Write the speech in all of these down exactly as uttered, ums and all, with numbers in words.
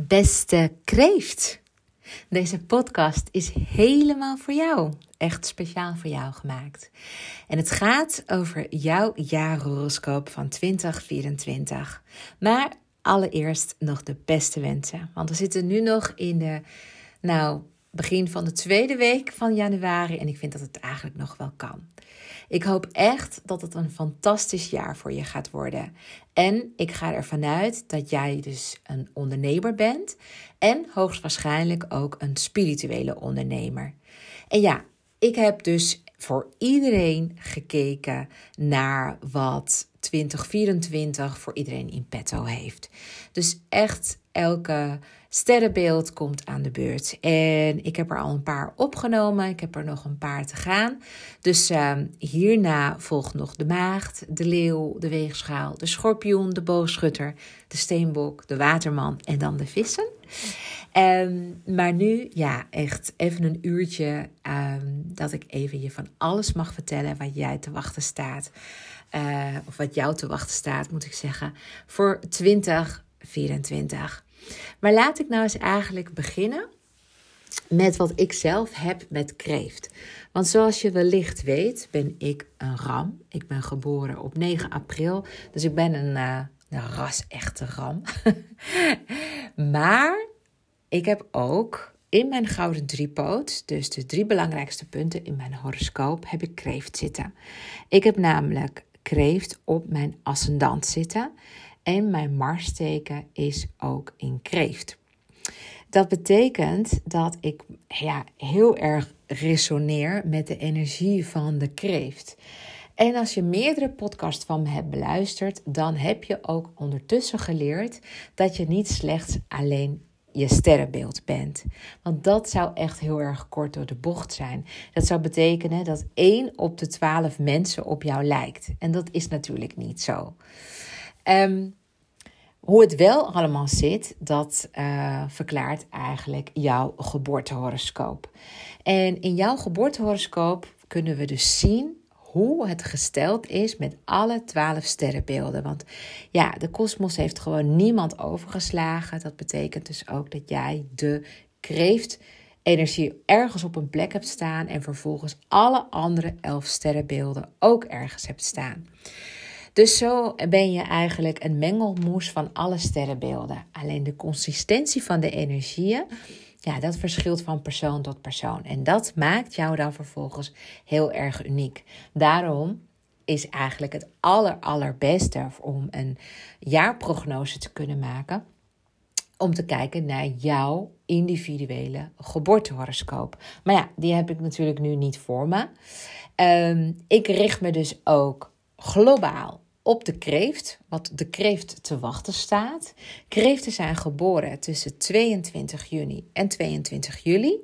Beste kreeft, deze podcast is helemaal voor jou, echt speciaal voor jou gemaakt. En het gaat over jouw jaarhoroscoop van twintig vierentwintig. Maar allereerst nog de beste wensen, want we zitten nu nog in de, nou, begin van de tweede week van januari en ik vind dat het eigenlijk nog wel kan. Ik hoop echt dat het een fantastisch jaar voor je gaat worden. En ik ga ervan uit dat jij dus een ondernemer bent en hoogstwaarschijnlijk ook een spirituele ondernemer. En ja, ik heb dus voor iedereen gekeken naar wat twintig vierentwintig voor iedereen in petto heeft. Dus echt elke sterrenbeeld komt aan de beurt. En ik heb er al een paar opgenomen. Ik heb er nog een paar te gaan. Dus uh, hierna volgt nog de maagd, de leeuw, de weegschaal, de schorpioen, de boogschutter, de steenbok, de waterman en dan de vissen. Um, maar nu, ja, echt even een uurtje um, dat ik even je van alles mag vertellen wat jij te wachten staat. Uh, of wat jou te wachten staat, moet ik zeggen, voor twintig vierentwintig. Maar laat ik nou eens eigenlijk beginnen met wat ik zelf heb met kreeft. Want zoals je wellicht weet, ben ik een ram. Ik ben geboren op negen april, dus ik ben een, uh, een ras-echte ram. Maar ik heb ook in mijn gouden driepoot, dus de drie belangrijkste punten in mijn horoscoop, heb ik kreeft zitten. Ik heb namelijk kreeft op mijn ascendant zitten. En mijn Marsteken is ook in kreeft. Dat betekent dat ik ja, heel erg resoneer met de energie van de kreeft. En als je meerdere podcasts van me hebt beluisterd, dan heb je ook ondertussen geleerd dat je niet slechts alleen je sterrenbeeld bent. Want dat zou echt heel erg kort door de bocht zijn. Dat zou betekenen dat één op de twaalf mensen op jou lijkt. En dat is natuurlijk niet zo. Um, hoe het wel allemaal zit, dat uh, verklaart eigenlijk jouw geboortehoroscoop. En in jouw geboortehoroscoop kunnen we dus zien hoe het gesteld is met alle twaalf sterrenbeelden. Want ja, de kosmos heeft gewoon niemand overgeslagen. Dat betekent dus ook dat jij de kreeftenergie ergens op een plek hebt staan en vervolgens alle andere elf sterrenbeelden ook ergens hebt staan. Dus zo ben je eigenlijk een mengelmoes van alle sterrenbeelden. Alleen de consistentie van de energieën, ja, dat verschilt van persoon tot persoon. En dat maakt jou dan vervolgens heel erg uniek. Daarom is eigenlijk het aller, allerbeste om een jaarprognose te kunnen maken, om te kijken naar jouw individuele geboortehoroscoop. Maar ja, die heb ik natuurlijk nu niet voor me. Um, ik richt me dus ook globaal op de kreeft, wat de kreeft te wachten staat. Kreeften zijn geboren tussen tweeëntwintig juni en tweeëntwintig juli.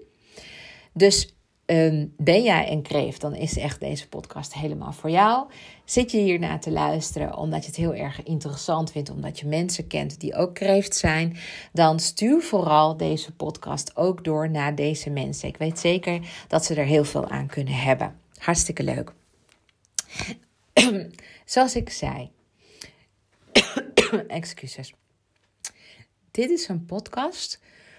Dus um, ben jij een kreeft, dan is echt deze podcast helemaal voor jou. Zit je hiernaar te luisteren omdat je het heel erg interessant vindt, omdat je mensen kent die ook kreeft zijn, dan stuur vooral deze podcast ook door naar deze mensen. Ik weet zeker dat ze er heel veel aan kunnen hebben. Hartstikke leuk. Zoals ik zei, excuses. Dit is een podcast.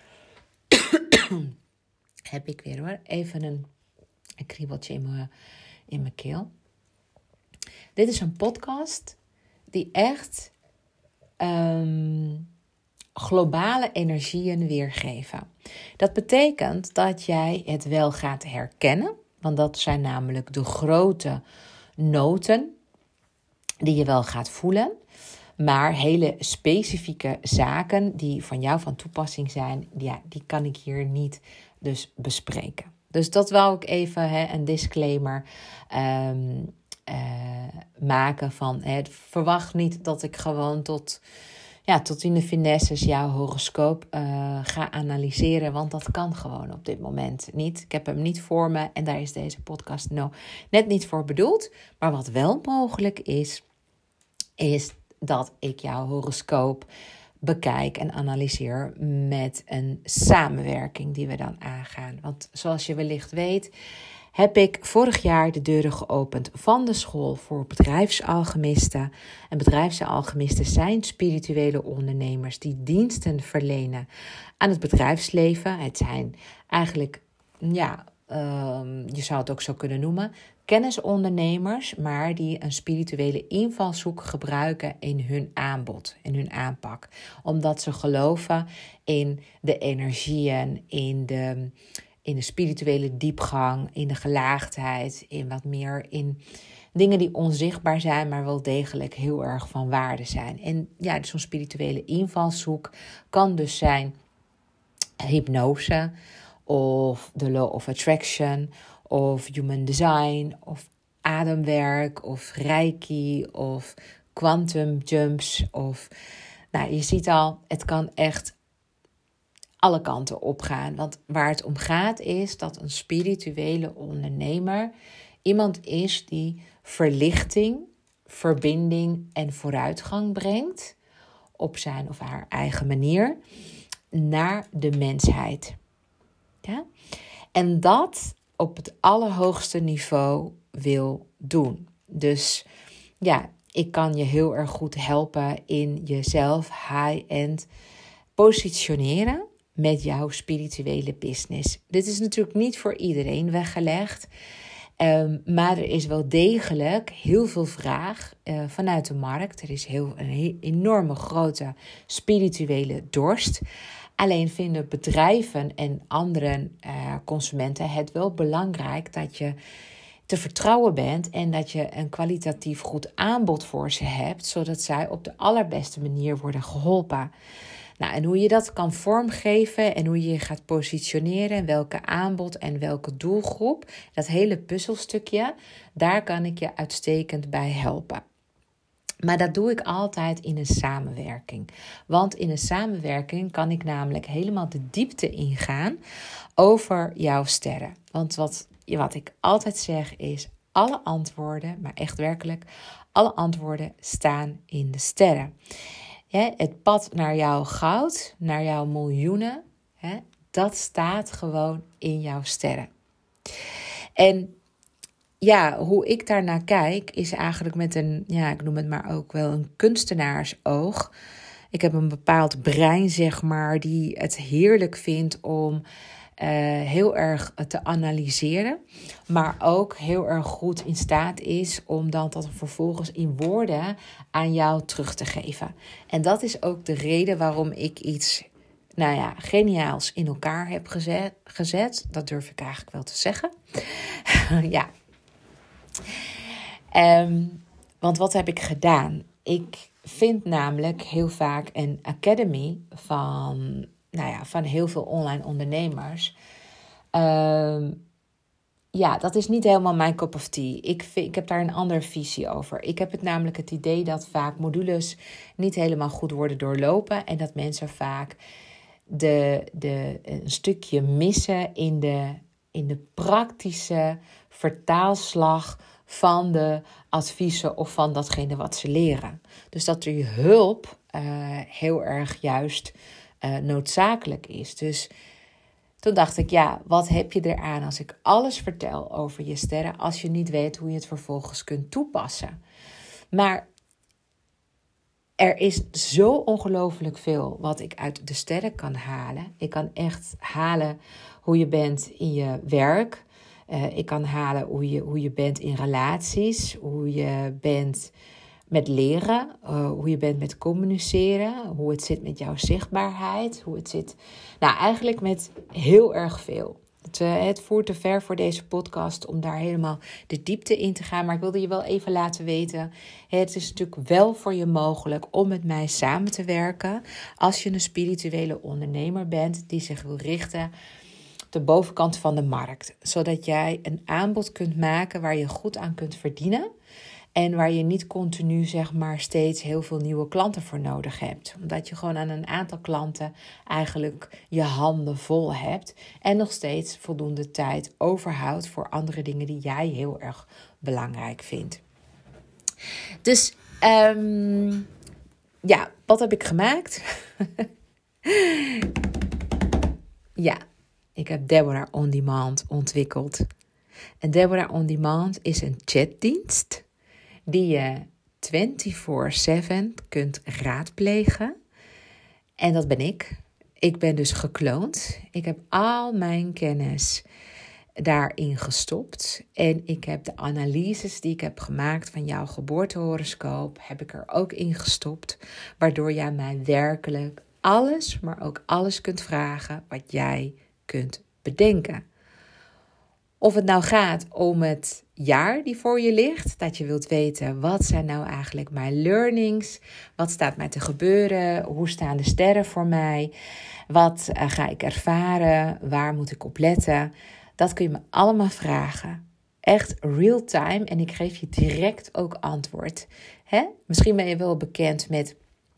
Heb ik weer hoor. Even een, een kriebeltje in mijn, in mijn keel. Dit is een podcast die echt um, globale energieën weergeven. Dat betekent dat jij het wel gaat herkennen. Want dat zijn namelijk de grote noten die je wel gaat voelen, maar hele specifieke zaken die van jou van toepassing zijn, ja, die kan ik hier niet dus bespreken. Dus dat wou ik even hè, een disclaimer um, uh, maken van, hè, verwacht niet dat ik gewoon tot, ja, tot in de finesses jouw horoscoop uh, ga analyseren, want dat kan gewoon op dit moment niet. Ik heb hem niet voor me en daar is deze podcast nou net niet voor bedoeld. Maar wat wel mogelijk is, is dat ik jouw horoscoop bekijk en analyseer met een samenwerking die we dan aangaan. Want zoals je wellicht weet, heb ik vorig jaar de deuren geopend van de school voor bedrijfsalchemisten. En bedrijfsalchemisten zijn spirituele ondernemers die diensten verlenen aan het bedrijfsleven. Het zijn eigenlijk, ja, uh, je zou het ook zo kunnen noemen, kennisondernemers, maar die een spirituele invalshoek gebruiken in hun aanbod, in hun aanpak. Omdat ze geloven in de energieën, in de, in de spirituele diepgang, in de gelaagdheid, in wat meer in dingen die onzichtbaar zijn, maar wel degelijk heel erg van waarde zijn. En ja, dus zo'n spirituele invalshoek kan dus zijn hypnose of de law of attraction of human design of ademwerk of reiki of quantum jumps of, nou, je ziet al, het kan echt alle kanten op gaan. Want waar het om gaat is dat een spirituele ondernemer iemand is die verlichting, verbinding en vooruitgang brengt op zijn of haar eigen manier naar de mensheid. Ja? En dat op het allerhoogste niveau wil doen. Dus ja, ik kan je heel erg goed helpen in jezelf high-end positioneren met jouw spirituele business. Dit is natuurlijk niet voor iedereen weggelegd. Um, maar er is wel degelijk heel veel vraag uh, vanuit de markt. Er is heel, een heel, enorme grote spirituele dorst. Alleen vinden bedrijven en andere uh, consumenten het wel belangrijk dat je te vertrouwen bent en dat je een kwalitatief goed aanbod voor ze hebt, zodat zij op de allerbeste manier worden geholpen. Nou, en hoe je dat kan vormgeven en hoe je je gaat positioneren en welke aanbod en welke doelgroep, dat hele puzzelstukje, daar kan ik je uitstekend bij helpen. Maar dat doe ik altijd in een samenwerking. Want in een samenwerking kan ik namelijk helemaal de diepte ingaan over jouw sterren. Want wat, wat ik altijd zeg is, alle antwoorden, maar echt werkelijk, alle antwoorden staan in de sterren. Hè, het pad naar jouw goud, naar jouw miljoenen, hè, dat staat gewoon in jouw sterren. En ja, hoe ik daarnaar kijk is eigenlijk met een, ja, ik noem het maar ook wel een kunstenaarsoog. Ik heb een bepaald brein, zeg maar, die het heerlijk vindt om uh, heel erg te analyseren. Maar ook heel erg goed in staat is om dan dat vervolgens in woorden aan jou terug te geven. En dat is ook de reden waarom ik iets, nou ja, geniaals in elkaar heb gezet. gezet. Dat durf ik eigenlijk wel te zeggen. Ja. Um, want wat heb ik gedaan? Ik vind namelijk heel vaak een academy van, nou ja, van heel veel online ondernemers. Um, ja, dat is niet helemaal mijn cup of tea. Ik, vind, ik heb daar een andere visie over. Ik heb het namelijk het idee dat vaak modules niet helemaal goed worden doorlopen en dat mensen vaak de, de, een stukje missen in de, in de praktische vertaalslag van de adviezen of van datgene wat ze leren. Dus dat die hulp uh, heel erg juist uh, noodzakelijk is. Dus toen dacht ik, ja, wat heb je eraan als ik alles vertel over je sterren, als je niet weet hoe je het vervolgens kunt toepassen. Maar er is zo ongelooflijk veel wat ik uit de sterren kan halen. Ik kan echt halen hoe je bent in je werk. Uh, ik kan halen hoe je, hoe je bent in relaties, hoe je bent met leren, uh, hoe je bent met communiceren, hoe het zit met jouw zichtbaarheid, hoe het zit, nou eigenlijk met heel erg veel. Het, uh, het voert te ver voor deze podcast om daar helemaal de diepte in te gaan, maar ik wilde je wel even laten weten, het is natuurlijk wel voor je mogelijk om met mij samen te werken als je een spirituele ondernemer bent die zich wil richten de bovenkant van de markt. Zodat jij een aanbod kunt maken waar je goed aan kunt verdienen. En waar je niet continu, zeg maar, steeds heel veel nieuwe klanten voor nodig hebt. Omdat je gewoon aan een aantal klanten eigenlijk je handen vol hebt. En nog steeds voldoende tijd overhoudt voor andere dingen die jij heel erg belangrijk vindt. Dus, um, ja, wat heb ik gemaakt? Ja. Ik heb Deborah On Demand ontwikkeld. En Deborah On Demand is een chatdienst die je vierentwintig zeven kunt raadplegen. En dat ben ik. Ik ben dus gekloond. Ik heb al mijn kennis daarin gestopt. En ik heb de analyses die ik heb gemaakt van jouw geboortehoroscoop, heb ik er ook in gestopt. Waardoor jij mij werkelijk alles, maar ook alles kunt vragen wat jij kunt bedenken. Of het nou gaat om het jaar die voor je ligt, dat je wilt weten, wat zijn nou eigenlijk mijn learnings? Wat staat mij te gebeuren? Hoe staan de sterren voor mij? Wat uh, ga ik ervaren? Waar moet ik op letten? Dat kun je me allemaal vragen. Echt real time en ik geef je direct ook antwoord. Hè? Misschien ben je wel bekend met...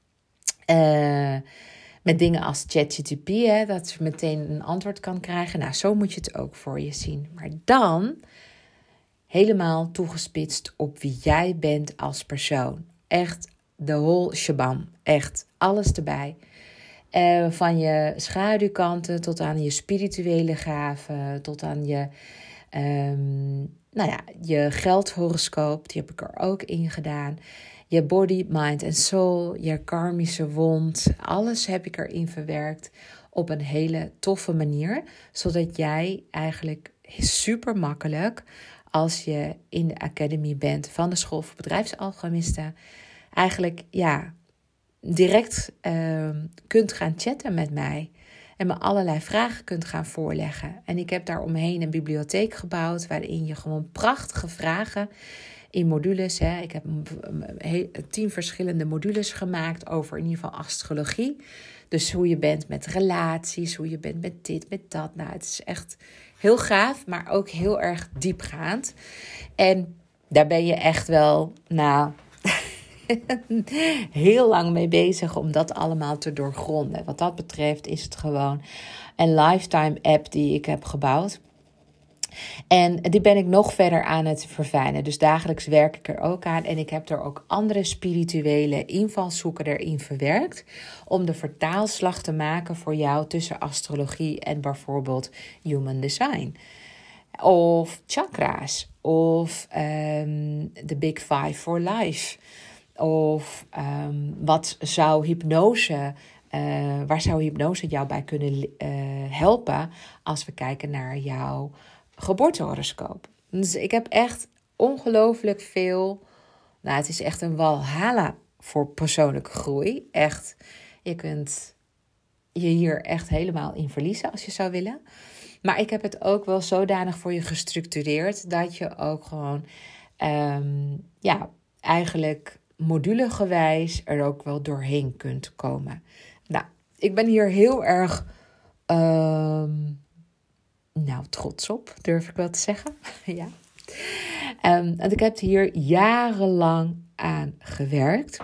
Uh, Met dingen als ChatGPT, hè, dat je meteen een antwoord kan krijgen. Nou, zo moet je het ook voor je zien. Maar dan helemaal toegespitst op wie jij bent als persoon. Echt de whole shebang. Echt alles erbij. Uh, van je schaduwkanten tot aan je spirituele gaven, tot aan je, um, nou ja, je geldhoroscoop. Die heb ik er ook in gedaan. Je body, mind en soul, je karmische wond, alles heb ik erin verwerkt op een hele toffe manier. Zodat jij eigenlijk super makkelijk, als je in de academy bent van de School voor Bedrijfsalchemisten, eigenlijk ja, direct uh, kunt gaan chatten met mij. En me allerlei vragen kunt gaan voorleggen. En ik heb daar omheen een bibliotheek gebouwd waarin je gewoon prachtige vragen in modules. Hè. Ik heb tien verschillende modules gemaakt over in ieder geval astrologie. Dus hoe je bent met relaties, hoe je bent met dit, met dat. Nou, het is echt heel gaaf, maar ook heel erg diepgaand. En daar ben je echt wel, nou, heel lang mee bezig om dat allemaal te doorgronden. Wat dat betreft is het gewoon een lifetime app die ik heb gebouwd. En die ben ik nog verder aan het verfijnen. Dus dagelijks werk ik er ook aan. En ik heb er ook andere spirituele invalshoeken erin verwerkt. Om de vertaalslag te maken voor jou tussen astrologie en bijvoorbeeld human design. Of chakra's. Of um, de Big Five for Life. Of um, wat zou hypnose... Uh, waar zou hypnose jou bij kunnen uh, helpen als we kijken naar jouw geboortehoroscoop. Dus ik heb echt ongelooflijk veel... Nou, het is echt een walhalla voor persoonlijke groei. Echt, je kunt je hier echt helemaal in verliezen als je zou willen. Maar ik heb het ook wel zodanig voor je gestructureerd dat je ook gewoon... Um, ja, eigenlijk modulegewijs er ook wel doorheen kunt komen. Nou, ik ben hier heel erg... Um, Nou, trots op, durf ik wel te zeggen. ja. Um, en ik heb hier jarenlang aan gewerkt.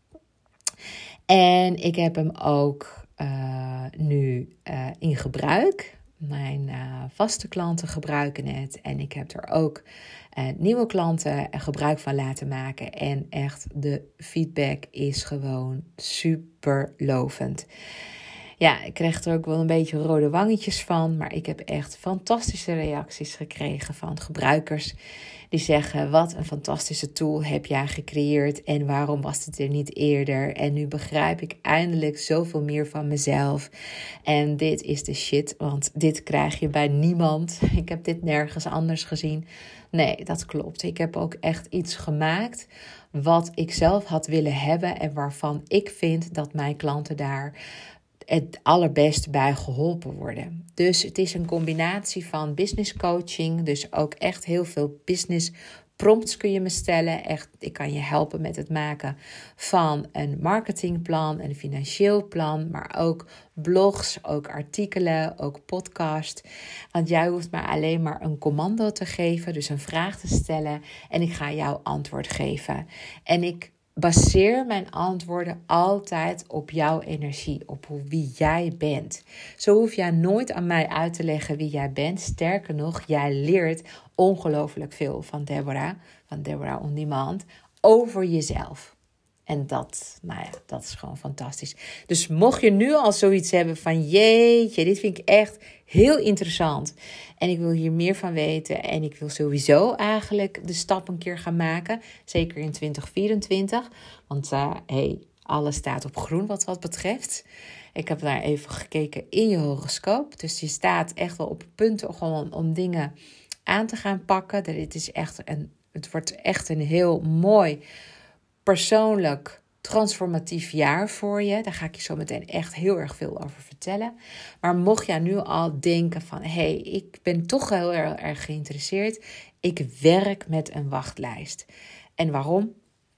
En ik heb hem ook uh, nu uh, in gebruik. Mijn uh, vaste klanten gebruiken het. En ik heb er ook uh, nieuwe klanten gebruik van laten maken. En echt, de feedback is gewoon super lovend. Ja, ik kreeg er ook wel een beetje rode wangetjes van. Maar ik heb echt fantastische reacties gekregen van gebruikers. Die zeggen, wat een fantastische tool heb jij gecreëerd. En waarom was het er niet eerder? En nu begrijp ik eindelijk zoveel meer van mezelf. En dit is de shit, want dit krijg je bij niemand. Ik heb dit nergens anders gezien. Nee, dat klopt. Ik heb ook echt iets gemaakt wat ik zelf had willen hebben. En waarvan ik vind dat mijn klanten daar het allerbeste bij geholpen worden. Dus het is een combinatie van business coaching. Dus ook echt heel veel business prompts kun je me stellen. Echt, ik kan je helpen met het maken van een marketingplan, een financieel plan. Maar ook blogs, ook artikelen, ook podcast. Want jij hoeft maar alleen maar een commando te geven. Dus een vraag te stellen. En ik ga jou antwoord geven. En ik baseer mijn antwoorden altijd op jouw energie, op wie jij bent. Zo hoef jij nooit aan mij uit te leggen wie jij bent. Sterker nog, jij leert ongelooflijk veel van Deborah, van Deborah On Demand, over jezelf. En dat, nou ja, dat is gewoon fantastisch. Dus mocht je nu al zoiets hebben van jeetje, dit vind ik echt heel interessant. En ik wil hier meer van weten. En ik wil sowieso eigenlijk de stap een keer gaan maken. Zeker in twintig vierentwintig. Want uh, hey, alles staat op groen wat dat betreft. Ik heb daar even gekeken in je horoscoop. Dus je staat echt wel op punten gewoon om dingen aan te gaan pakken. Het is echt een, het wordt echt een heel mooi persoonlijk transformatief jaar voor je. Daar ga ik je zo meteen echt heel erg veel over vertellen. Maar mocht jij nu al denken van hé, hey, ik ben toch heel erg geïnteresseerd. Ik werk met een wachtlijst. En waarom?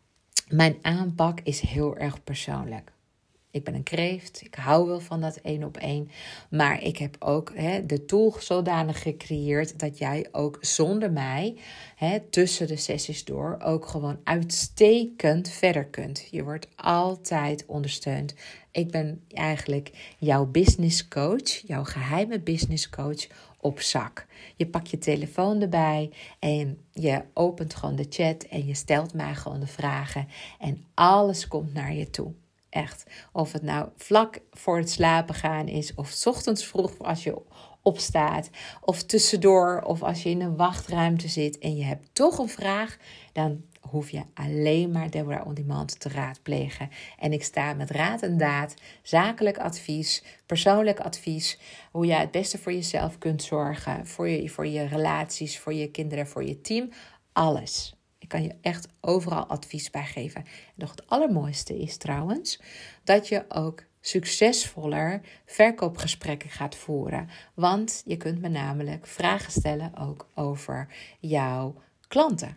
Mijn aanpak is heel erg persoonlijk. Ik ben een kreeft, ik hou wel van dat één op één. Maar ik heb ook hè, de tool zodanig gecreëerd dat jij ook zonder mij, hè, tussen de sessies door, ook gewoon uitstekend verder kunt. Je wordt altijd ondersteund. Ik ben eigenlijk jouw business coach, jouw geheime business coach op zak. Je pakt je telefoon erbij en je opent gewoon de chat en je stelt mij gewoon de vragen. En alles komt naar je toe. Echt. Of het nou vlak voor het slapen gaan is, of 's ochtends vroeg als je opstaat, of tussendoor, of als je in een wachtruimte zit en je hebt toch een vraag, dan hoef je alleen maar Deborah On Demand te raadplegen. En ik sta met raad en daad, zakelijk advies, persoonlijk advies, hoe je het beste voor jezelf kunt zorgen, voor je, voor je relaties, voor je kinderen, voor je team, alles. Ik kan je echt overal advies bij geven. En nog het allermooiste is trouwens dat je ook succesvoller verkoopgesprekken gaat voeren. Want je kunt me namelijk vragen stellen ook over jouw klanten.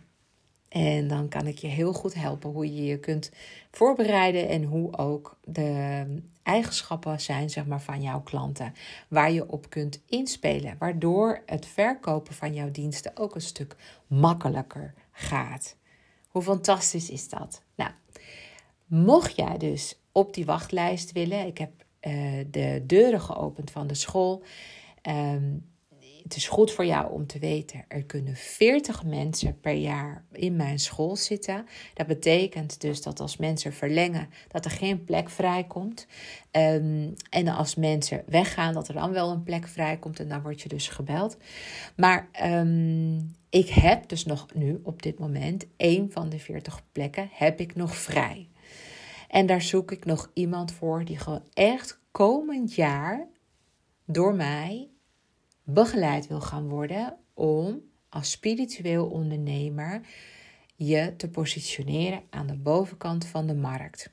En dan kan ik je heel goed helpen hoe je je kunt voorbereiden en hoe ook de eigenschappen zijn, zeg maar, van jouw klanten. Waar je op kunt inspelen, waardoor het verkopen van jouw diensten ook een stuk makkelijker gaat. Hoe fantastisch is dat? Nou, mocht jij dus op die wachtlijst willen, ik heb uh, de deuren geopend van de school. Um, Het is goed voor jou om te weten, er kunnen veertig mensen per jaar in mijn school zitten. Dat betekent dus dat als mensen verlengen, dat er geen plek vrijkomt. Um, en als mensen weggaan, dat er dan wel een plek vrijkomt en dan word je dus gebeld. Maar um, ik heb dus nog nu op dit moment, één van de veertig plekken heb ik nog vrij. En daar zoek ik nog iemand voor die gewoon echt komend jaar door mij begeleid wil gaan worden om als spiritueel ondernemer je te positioneren aan de bovenkant van de markt.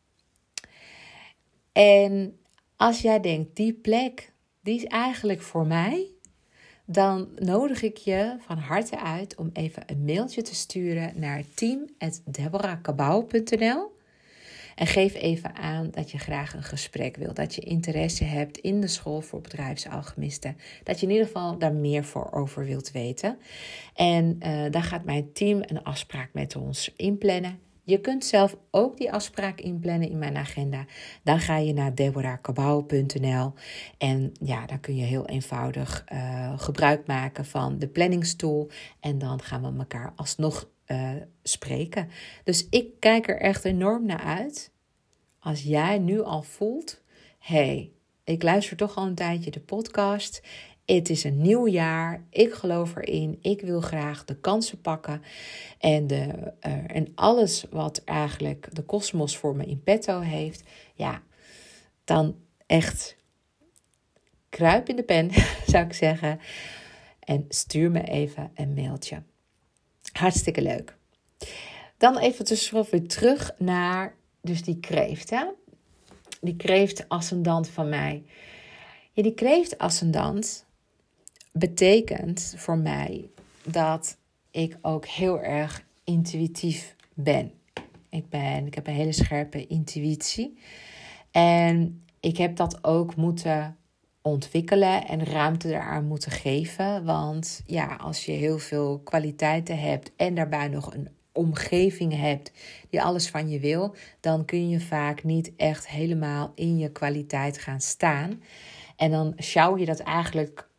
En als jij denkt, die plek, die is eigenlijk voor mij, dan nodig ik je van harte uit om even een mailtje te sturen naar team at deborah cabau punt n l. En geef even aan dat je graag een gesprek wilt. Dat je interesse hebt in de school voor bedrijfsalchemisten. Dat je in ieder geval daar meer voor over wilt weten. En uh, dan gaat mijn team een afspraak met ons inplannen. Je kunt zelf ook die afspraak inplannen in mijn agenda. Dan ga je naar deborah cabau punt n l. En ja, dan kun je heel eenvoudig uh, gebruik maken van de planningstool. En dan gaan we elkaar alsnog Uh, spreken. Dus ik kijk er echt enorm naar uit. Als jij nu al voelt, hey, ik luister toch al een tijdje de podcast. Het is een nieuw jaar. Ik geloof erin. Ik wil graag de kansen pakken. En, de, uh, en alles wat eigenlijk de kosmos voor me in petto heeft. Ja, dan echt kruip in de pen, zou ik zeggen. En stuur me even een mailtje. Hartstikke leuk. Dan even tussendoor weer terug naar dus die kreeft. Hè? Die kreeft ascendant van mij. Ja, die kreeft ascendant betekent voor mij dat ik ook heel erg intuïtief ben. Ik ben, ik heb een hele scherpe intuïtie. En ik heb dat ook moeten ontwikkelen en ruimte eraan moeten geven. Want ja, als je heel veel kwaliteiten hebt en daarbij nog een omgeving hebt die alles van je wil, dan kun je vaak niet echt helemaal in je kwaliteit gaan staan. En dan sjouw je dat eigenlijk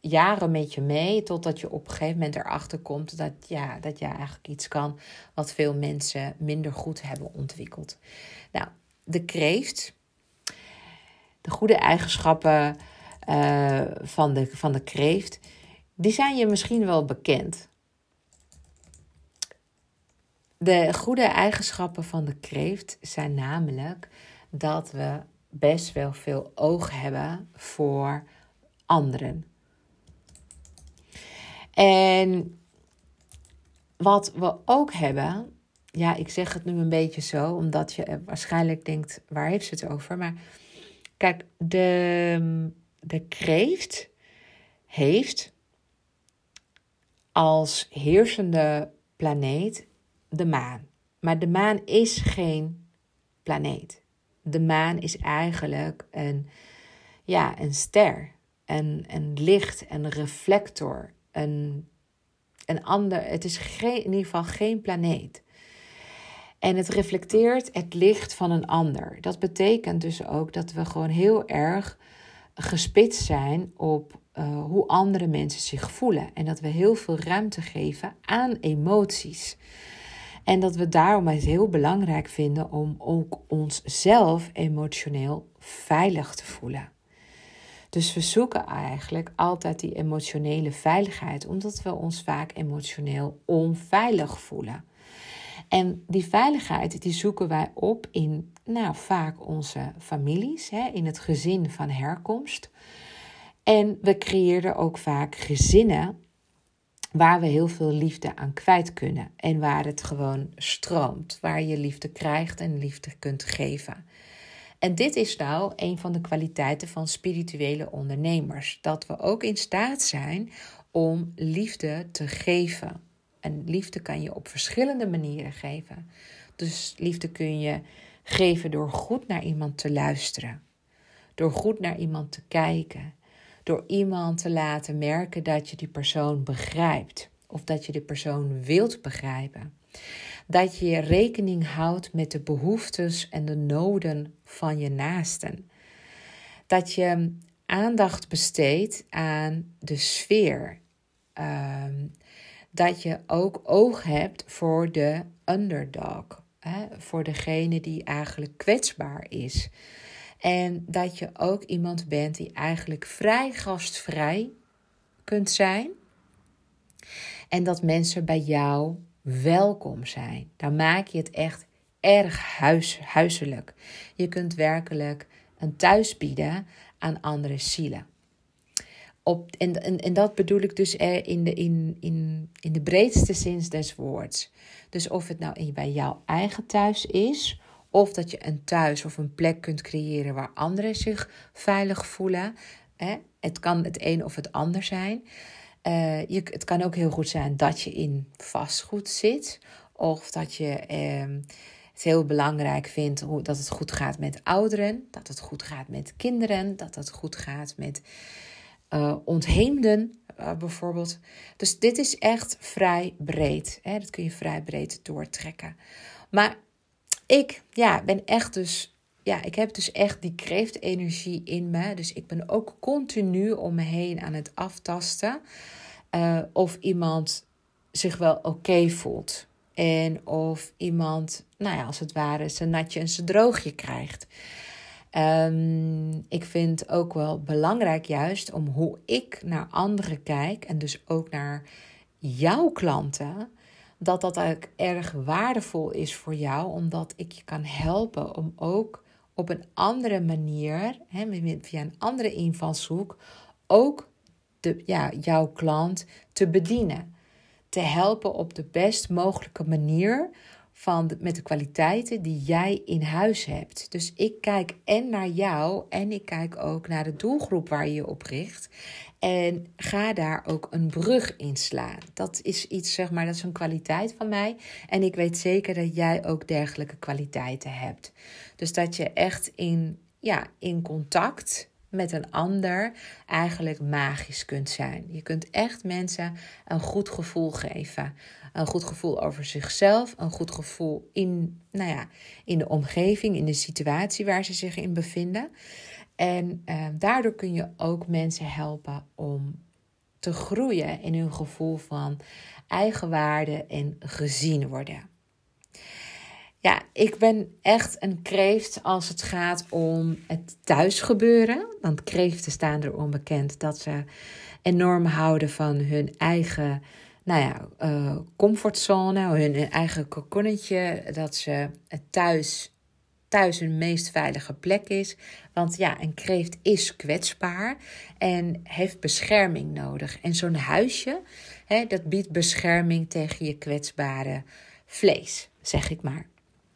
jaren met je mee, totdat je op een gegeven moment erachter komt dat, ja, dat je eigenlijk iets kan wat veel mensen minder goed hebben ontwikkeld. Nou, de kreeft, de goede eigenschappen uh, van, de, van de kreeft, die zijn je misschien wel bekend. De goede eigenschappen van de kreeft zijn namelijk dat we best wel veel oog hebben voor anderen. En wat we ook hebben, ja, ik zeg het nu een beetje zo, omdat je waarschijnlijk denkt, waar heeft ze het over? Maar kijk, de, de kreeft heeft als heersende planeet de maan. Maar de maan is geen planeet. De maan is eigenlijk een, ja, een ster, een, een licht, een reflector, een, een ander. Het is geen, in ieder geval geen planeet. En het reflecteert het licht van een ander. Dat betekent dus ook dat we gewoon heel erg gespitst zijn op uh, hoe andere mensen zich voelen. En dat we heel veel ruimte geven aan emoties. En dat we daarom het heel belangrijk vinden om ook onszelf emotioneel veilig te voelen. Dus we zoeken eigenlijk altijd die emotionele veiligheid, omdat we ons vaak emotioneel onveilig voelen. En die veiligheid die zoeken wij op in nou, vaak onze families, hè, in het gezin van herkomst. En we creëren ook vaak gezinnen waar we heel veel liefde aan kwijt kunnen. En waar het gewoon stroomt. Waar je liefde krijgt en liefde kunt geven. En dit is nou een van de kwaliteiten van spirituele ondernemers. Dat we ook in staat zijn om liefde te geven. En liefde kan je op verschillende manieren geven. Dus liefde kun je geven door goed naar iemand te luisteren. Door goed naar iemand te kijken. Door iemand te laten merken dat je die persoon begrijpt. Of dat je die persoon wilt begrijpen. Dat je rekening houdt met de behoeftes en de noden van je naasten. Dat je aandacht besteedt aan de sfeer. Um, dat je ook oog hebt voor de underdog. Hè? Voor degene die eigenlijk kwetsbaar is. En dat je ook iemand bent die eigenlijk vrij gastvrij kunt zijn. En dat mensen bij jou welkom zijn. Dan maak je het echt erg huis, huiselijk. Je kunt werkelijk een thuis bieden aan andere zielen. Op, en, en, en dat bedoel ik dus in de, in, in, in de breedste zin des woords. Dus of het nou bij jouw eigen thuis is, of dat je een thuis of een plek kunt creëren waar anderen zich veilig voelen. Hè? Het kan het een of het ander zijn. Uh, je, het kan ook heel goed zijn dat je in vastgoed zit. Of dat je uh, het heel belangrijk vindt hoe, dat het goed gaat met ouderen. Dat het goed gaat met kinderen. Dat het goed gaat met uh, ontheemden uh, bijvoorbeeld. Dus dit is echt vrij breed. Hè? Dat kun je vrij breed doortrekken. Maar ik ja, ben echt dus... Ja, ik heb dus echt die kreeftenergie in me. Dus ik ben ook continu om me heen aan het aftasten. Uh, of iemand zich wel oké okay voelt. En of iemand, nou ja, als het ware, zijn natje en zijn droogje krijgt. Um, ik vind ook wel belangrijk juist om hoe ik naar anderen kijk. En dus ook naar jouw klanten. Dat dat eigenlijk erg waardevol is voor jou. Omdat ik je kan helpen om ook op een andere manier, hè, via een andere invalshoek, ook de, ja, jouw klant te bedienen. Te helpen op de best mogelijke manier van de, met de kwaliteiten die jij in huis hebt. Dus ik kijk en naar jou en ik kijk ook naar de doelgroep waar je je op richt. En ga daar ook een brug in slaan. Dat is iets, zeg maar, dat is een kwaliteit van mij. En ik weet zeker dat jij ook dergelijke kwaliteiten hebt. Dus dat je echt in, ja, in contact met een ander eigenlijk magisch kunt zijn. Je kunt echt mensen een goed gevoel geven. Een goed gevoel over zichzelf. Een goed gevoel in, nou ja, in de omgeving, in de situatie waar ze zich in bevinden. En uh, daardoor kun je ook mensen helpen om te groeien in hun gevoel van eigenwaarde en gezien worden. Ja, ik ben echt een kreeft als het gaat om het thuisgebeuren. Want kreeften staan erom bekend dat ze enorm houden van hun eigen nou ja, uh, comfortzone, hun eigen kokonnetje. Dat ze thuis, thuis hun meest veilige plek is. Want ja, een kreeft is kwetsbaar en heeft bescherming nodig. En zo'n huisje, hè, dat biedt bescherming tegen je kwetsbare vlees, zeg ik maar.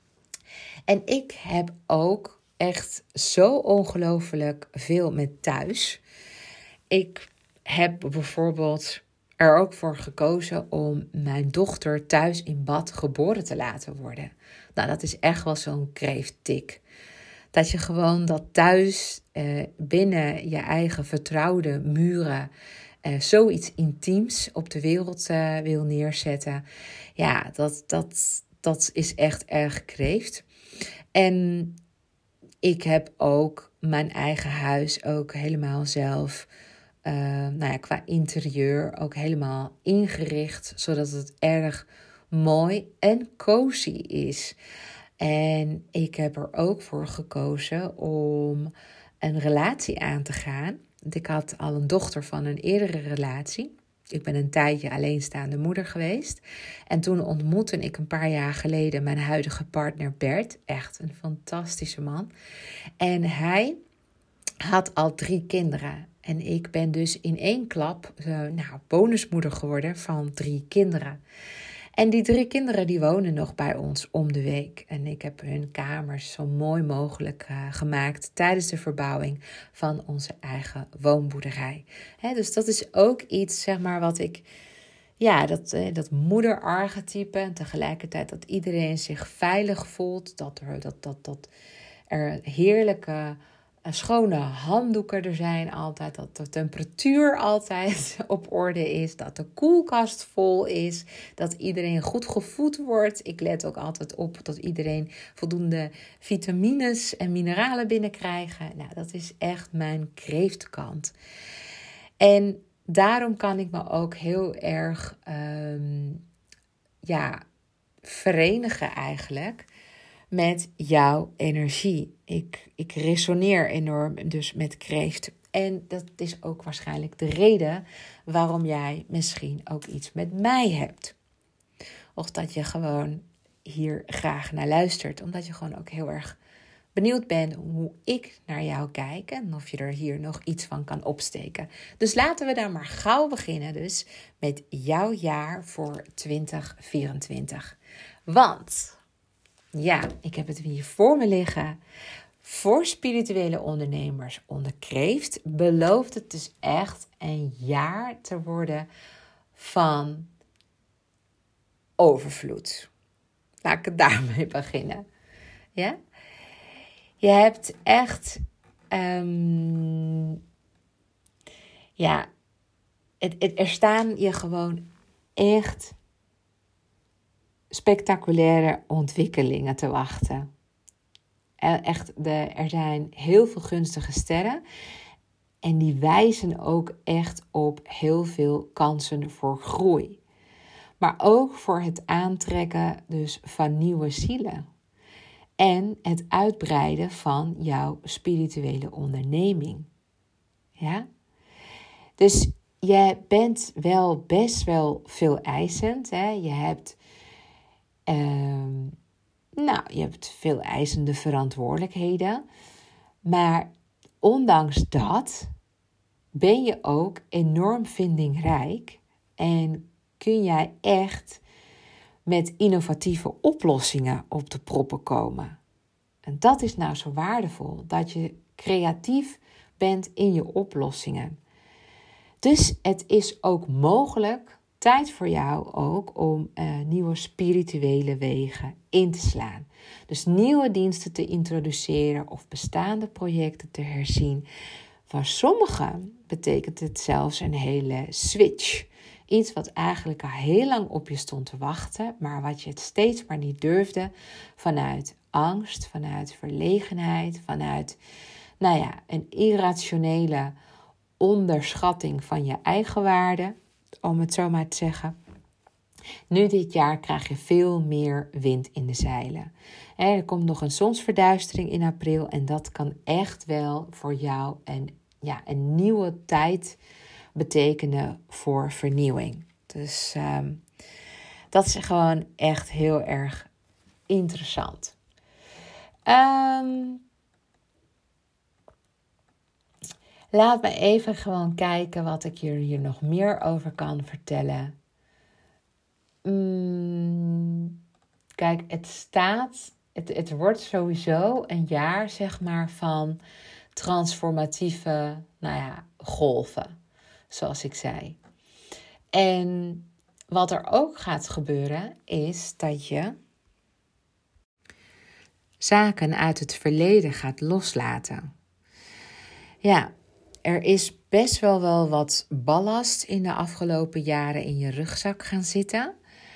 En ik heb ook echt zo ongelooflijk veel met thuis. Ik heb bijvoorbeeld er ook voor gekozen om mijn dochter thuis in bad geboren te laten worden. Nou, dat is echt wel zo'n kreefttik. Dat je gewoon dat thuis eh, binnen je eigen vertrouwde muren eh, zoiets intiems op de wereld uh, wil neerzetten. Ja, dat, dat, dat is echt erg kreeft. En ik heb ook mijn eigen huis ook helemaal zelf, uh, nou ja, qua interieur ook helemaal ingericht, zodat het erg mooi en cozy is. En ik heb er ook voor gekozen om een relatie aan te gaan. Want ik had al een dochter van een eerdere relatie. Ik ben een tijdje alleenstaande moeder geweest. En toen ontmoette ik een paar jaar geleden mijn huidige partner Bert. Echt een fantastische man. En hij had al drie kinderen. En ik ben dus in één klap uh, nou, bonusmoeder geworden van drie kinderen. En die drie kinderen die wonen nog bij ons om de week. En ik heb hun kamers zo mooi mogelijk uh, gemaakt tijdens de verbouwing van onze eigen woonboerderij. He, dus dat is ook iets, zeg maar, wat ik, ja, dat, uh, dat moederarchetype. En tegelijkertijd dat iedereen zich veilig voelt. Dat er, dat, dat, dat er heerlijke schone handdoeken er zijn altijd, dat de temperatuur altijd op orde is, dat de koelkast vol is, dat iedereen goed gevoed wordt. Ik let ook altijd op dat iedereen voldoende vitamines en mineralen binnenkrijgen. Nou, dat is echt mijn kreeftkant. En daarom kan ik me ook heel erg um, ja, verenigen eigenlijk met jouw energie. Ik, ik resoneer enorm dus met kreeft. En dat is ook waarschijnlijk de reden waarom jij misschien ook iets met mij hebt. Of dat je gewoon hier graag naar luistert. Omdat je gewoon ook heel erg benieuwd bent hoe ik naar jou kijk. En of je er hier nog iets van kan opsteken. Dus laten we daar maar gauw beginnen dus met jouw jaar voor twintig vierentwintig. Want ja, ik heb het hier voor me liggen. Voor spirituele ondernemers onder kreeft belooft het dus echt een jaar te worden van overvloed. Laat ik het daarmee beginnen. Ja? Je hebt echt Um, ja, het, het, er staan je gewoon echt spectaculaire ontwikkelingen te wachten. Echt, de, er zijn heel veel gunstige sterren. En die wijzen ook echt op heel veel kansen voor groei. Maar ook voor het aantrekken dus van nieuwe zielen. En het uitbreiden van jouw spirituele onderneming. Ja? Dus je bent wel best wel veel eisend. Hè? Je hebt, uh, nou, je hebt veel eisende verantwoordelijkheden. Maar ondanks dat ben je ook enorm vindingrijk. En kun jij echt met innovatieve oplossingen op de proppen komen. En dat is nou zo waardevol, dat je creatief bent in je oplossingen. Dus het is ook mogelijk, tijd voor jou ook, om uh, nieuwe spirituele wegen in te slaan. Dus nieuwe diensten te introduceren of bestaande projecten te herzien. Voor sommigen betekent het zelfs een hele switch. Iets wat eigenlijk al heel lang op je stond te wachten, maar wat je het steeds maar niet durfde, vanuit angst, vanuit verlegenheid, vanuit, nou ja, een irrationele onderschatting van je eigen waarde, om het zo maar te zeggen. Nu dit jaar krijg je veel meer wind in de zeilen. Er komt nog een zonsverduistering in april en dat kan echt wel voor jou een, ja, een nieuwe tijd betekenen voor vernieuwing. Dus um, dat is gewoon echt heel erg interessant. Um, laat me even gewoon kijken wat ik hier, hier nog meer over kan vertellen. Mm, kijk, het staat, het, het wordt sowieso een jaar, zeg maar, van transformatieve, nou ja, golven, zoals ik zei. En wat er ook gaat gebeuren, is dat je zaken uit het verleden gaat loslaten. Ja, er is best wel wel wat ballast in de afgelopen jaren in je rugzak gaan zitten.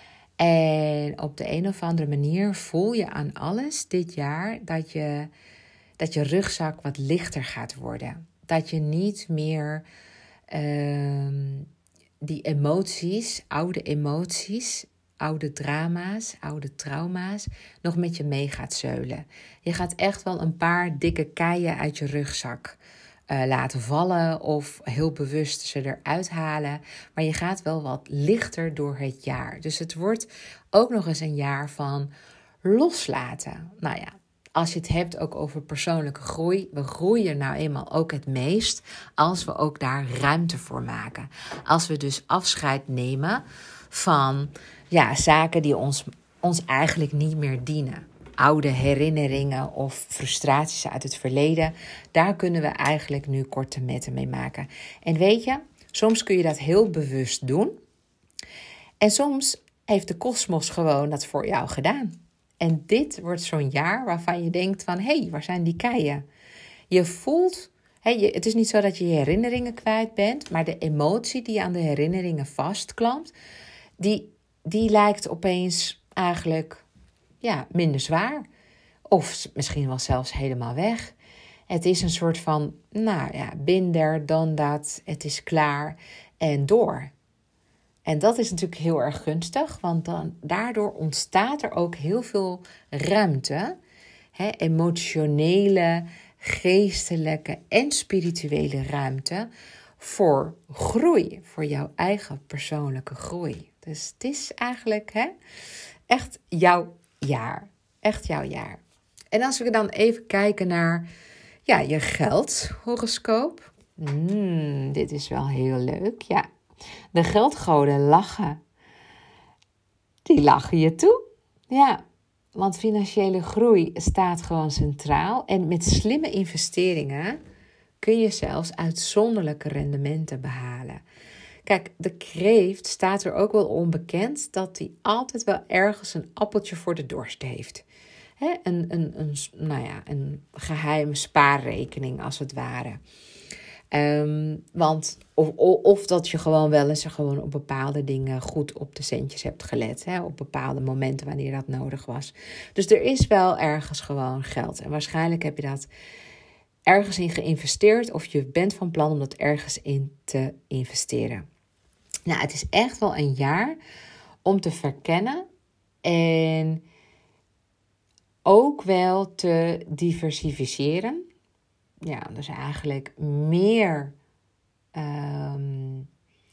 En op de een of andere manier voel je aan alles dit jaar dat je, dat je rugzak wat lichter gaat worden. Dat je niet meer uh, die emoties, oude emoties, oude drama's, oude trauma's, nog met je mee gaat zeulen. Je gaat echt wel een paar dikke keien uit je rugzak Uh, laten vallen of heel bewust ze eruit halen. Maar je gaat wel wat lichter door het jaar. Dus het wordt ook nog eens een jaar van loslaten. Nou ja, als je het hebt ook over persoonlijke groei. We groeien nou eenmaal ook het meest als we ook daar ruimte voor maken. Als we dus afscheid nemen van ja, zaken die ons, ons eigenlijk niet meer dienen. Oude herinneringen of frustraties uit het verleden. Daar kunnen we eigenlijk nu korte metten mee maken. En weet je, soms kun je dat heel bewust doen. En soms heeft de kosmos gewoon dat voor jou gedaan. En dit wordt zo'n jaar waarvan je denkt van, hé, hey, waar zijn die keien? Je voelt, hey, je, het is niet zo dat je je herinneringen kwijt bent, maar de emotie die aan de herinneringen vastklampt, die, die lijkt opeens eigenlijk ja, minder zwaar. Of misschien wel zelfs helemaal weg. Het is een soort van, nou ja, binder dan dat. Het is klaar en door. En dat is natuurlijk heel erg gunstig, want dan, daardoor ontstaat er ook heel veel ruimte. Hè, emotionele, geestelijke en spirituele ruimte voor groei. Voor jouw eigen persoonlijke groei. Dus het is eigenlijk hè, echt jouw jaar. Echt jouw jaar. En als we dan even kijken naar ja, je geldhoroscoop. Mm, dit is wel heel leuk. Ja, de geldgoden lachen. Die lachen je toe. Ja, want financiële groei staat gewoon centraal. En met slimme investeringen kun je zelfs uitzonderlijke rendementen behalen. Kijk, de kreeft staat er ook wel onbekend dat hij altijd wel ergens een appeltje voor de dorst heeft. He, een, een, een, nou ja, een geheime spaarrekening als het ware. Um, want of, of dat je gewoon wel eens gewoon op bepaalde dingen goed op de centjes hebt gelet. Hè, op bepaalde momenten wanneer dat nodig was. Dus er is wel ergens gewoon geld. En waarschijnlijk heb je dat ergens in geïnvesteerd. Of je bent van plan om dat ergens in te investeren. Nou, het is echt wel een jaar om te verkennen. En ook wel te diversificeren. Ja, dus eigenlijk meer, um,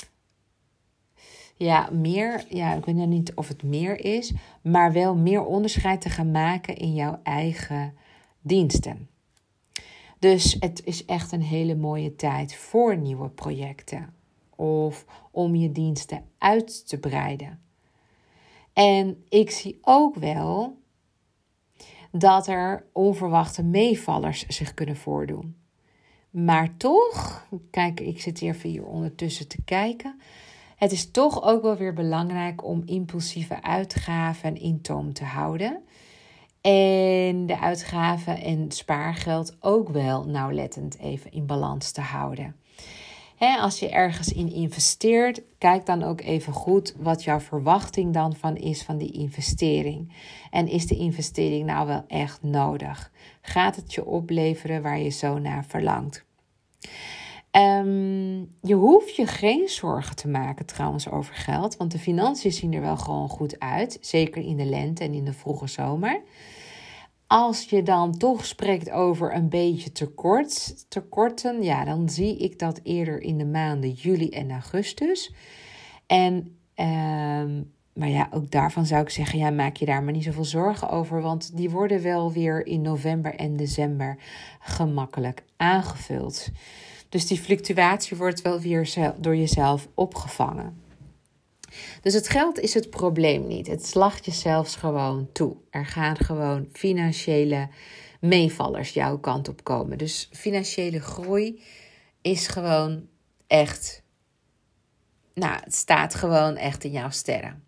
ja, meer, ja, ik weet nog niet of het meer is, maar wel meer onderscheid te gaan maken in jouw eigen diensten. Dus het is echt een hele mooie tijd voor nieuwe projecten of om je diensten uit te breiden. En ik zie ook wel dat er onverwachte meevallers zich kunnen voordoen. Maar toch, kijk, ik zit even hier ondertussen te kijken. Het is toch ook wel weer belangrijk om impulsieve uitgaven in toom te houden. En de uitgaven en spaargeld ook wel nauwlettend even in balans te houden. He, als je ergens in investeert, kijk dan ook even goed wat jouw verwachting dan van is van die investering. En is de investering nou wel echt nodig? Gaat het je opleveren waar je zo naar verlangt? Um, je hoeft je geen zorgen te maken trouwens over geld. Want de financiën zien er wel gewoon goed uit. Zeker in de lente en in de vroege zomer. Als je dan toch spreekt over een beetje tekort, tekorten. Ja, dan zie ik dat eerder in de maanden juli en augustus. En, um, maar ja, ook daarvan zou ik zeggen, ja, maak je daar maar niet zoveel zorgen over. Want die worden wel weer in november en december gemakkelijk aangevuld. Dus die fluctuatie wordt wel weer door jezelf opgevangen. Dus het geld is het probleem niet. Het slacht je zelfs gewoon toe. Er gaan gewoon financiële meevallers jouw kant op komen. Dus financiële groei is gewoon echt... Nou, het staat gewoon echt in jouw sterren.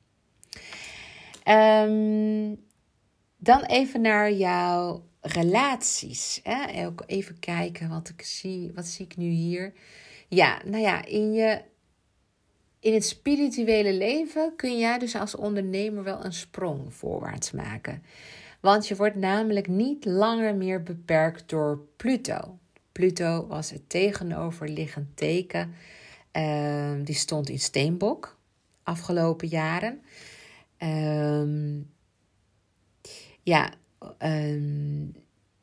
Um, dan even naar jouw relaties. Hè? Ook even kijken wat ik zie. Wat zie ik nu hier? Ja, nou ja, in je... In het spirituele leven kun jij dus als ondernemer wel een sprong voorwaarts maken. Want je wordt namelijk niet langer meer beperkt door Pluto. Pluto was het tegenoverliggend teken. Uh, die stond in Steenbok afgelopen jaren. Um, ja, um,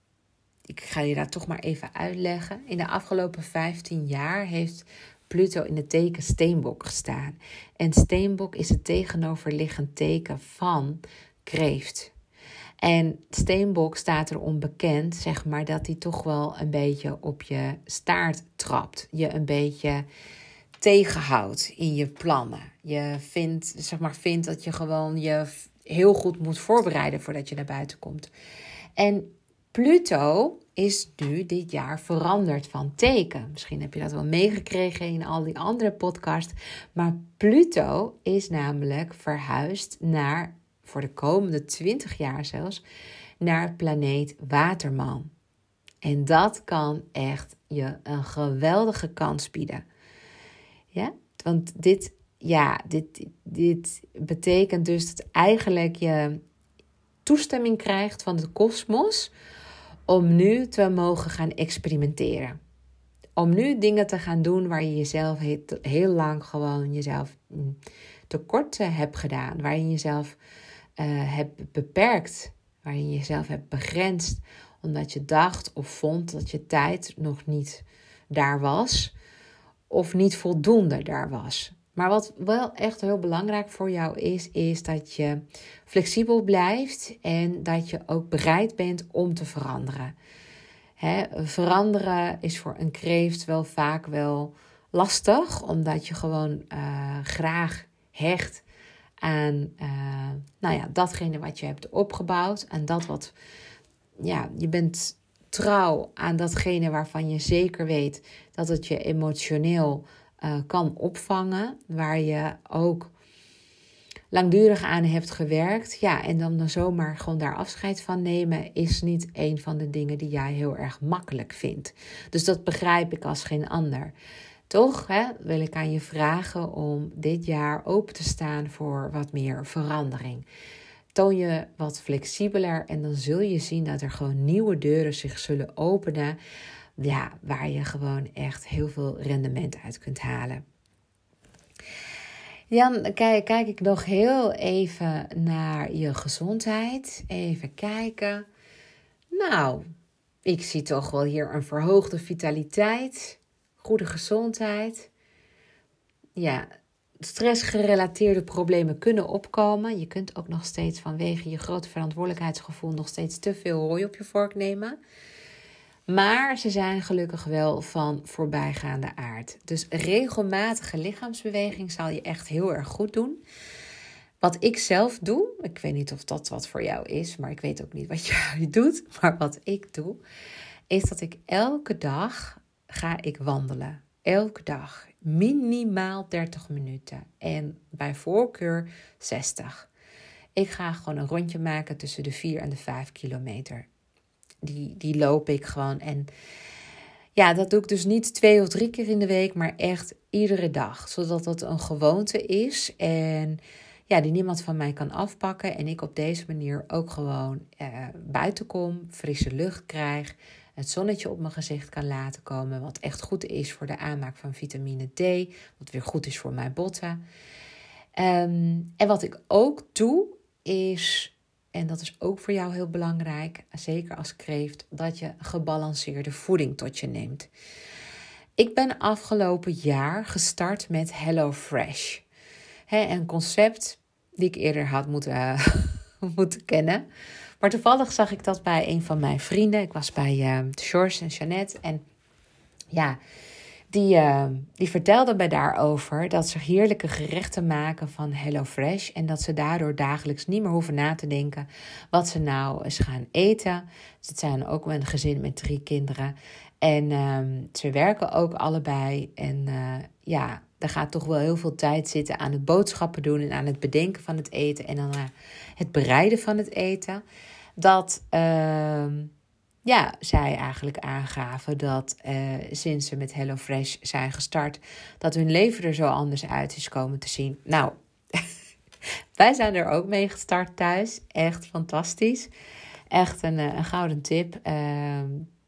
ik ga je daar toch maar even uitleggen. In de afgelopen vijftien jaar heeft Pluto in het teken Steenbok gestaan. En Steenbok is het tegenoverliggend teken van Kreeft. En Steenbok staat erom bekend, zeg maar, dat hij toch wel een beetje op je staart trapt. Je een beetje tegenhoudt in je plannen. Je vindt, zeg maar, vindt dat je gewoon je heel goed moet voorbereiden voordat je naar buiten komt. En Pluto is nu dit jaar veranderd van teken. Misschien heb je dat wel meegekregen in al die andere podcasts. Maar Pluto is namelijk verhuisd naar, voor de komende twintig jaar zelfs, naar het planeet Waterman. En dat kan echt je een geweldige kans bieden. Ja, want dit, ja, dit, dit betekent dus dat eigenlijk je toestemming krijgt van de kosmos om nu te mogen gaan experimenteren. Om nu dingen te gaan doen waar je jezelf heel, heel lang gewoon jezelf tekort hebt gedaan. Waar je jezelf uh, hebt beperkt. Waar je jezelf hebt begrensd. Omdat je dacht of vond dat je tijd nog niet daar was. Of niet voldoende daar was. Maar wat wel echt heel belangrijk voor jou is, is dat je flexibel blijft en dat je ook bereid bent om te veranderen. Hè, veranderen is voor een kreeft wel vaak wel lastig, omdat je gewoon uh, graag hecht aan uh, nou ja, datgene wat je hebt opgebouwd. En dat wat, ja, je bent trouw aan datgene waarvan je zeker weet dat het je emotioneel Uh, kan opvangen, waar je ook langdurig aan hebt gewerkt. Ja, en dan, dan zomaar gewoon daar afscheid van nemen is niet een van de dingen die jij heel erg makkelijk vindt. Dus dat begrijp ik als geen ander. Toch hè, wil ik aan je vragen om dit jaar open te staan voor wat meer verandering. Toon je wat flexibeler en dan zul je zien dat er gewoon nieuwe deuren zich zullen openen. Ja, waar je gewoon echt heel veel rendement uit kunt halen. Dan kijk, kijk ik nog heel even naar je gezondheid. Even kijken. Nou, ik zie toch wel hier een verhoogde vitaliteit. Goede gezondheid. Ja, stressgerelateerde problemen kunnen opkomen. Je kunt ook nog steeds vanwege je grote verantwoordelijkheidsgevoel nog steeds te veel hooi op je vork nemen. Maar ze zijn gelukkig wel van voorbijgaande aard. Dus regelmatige lichaamsbeweging zal je echt heel erg goed doen. Wat ik zelf doe, ik weet niet of dat wat voor jou is, maar ik weet ook niet wat jij doet. Maar wat ik doe, is dat ik elke dag ga ik wandelen. Elke dag minimaal dertig minuten en bij voorkeur zestig. Ik ga gewoon een rondje maken tussen de vier en de vijf kilometer. Die, die loop ik gewoon. En ja, dat doe ik dus niet twee of drie keer in de week, maar echt iedere dag. Zodat dat een gewoonte is en ja, die niemand van mij kan afpakken. En ik op deze manier ook gewoon uh, buiten kom, frisse lucht krijg, het zonnetje op mijn gezicht kan laten komen. Wat echt goed is voor de aanmaak van vitamine D. Wat weer goed is voor mijn botten. Um, en wat ik ook doe is, en dat is ook voor jou heel belangrijk, zeker als kreeft, dat je gebalanceerde voeding tot je neemt. Ik ben afgelopen jaar gestart met HelloFresh. He, een concept die ik eerder had moeten, uh, moeten kennen. Maar toevallig zag ik dat bij een van mijn vrienden. Ik was bij uh, George en Jeannette. En ja, die, uh, die vertelden mij daarover dat ze heerlijke gerechten maken van HelloFresh. En dat ze daardoor dagelijks niet meer hoeven na te denken wat ze nou eens gaan eten. Dus het zijn ook een gezin met drie kinderen. En uh, ze werken ook allebei. En uh, ja, er gaat toch wel heel veel tijd zitten aan het boodschappen doen en aan het bedenken van het eten en dan uh, het bereiden van het eten. Dat uh, ja, zij eigenlijk aangaven dat uh, sinds ze met HelloFresh zijn gestart, dat hun leven er zo anders uit is komen te zien. Nou, wij zijn er ook mee gestart thuis. Echt fantastisch. Echt een, een gouden tip. Uh,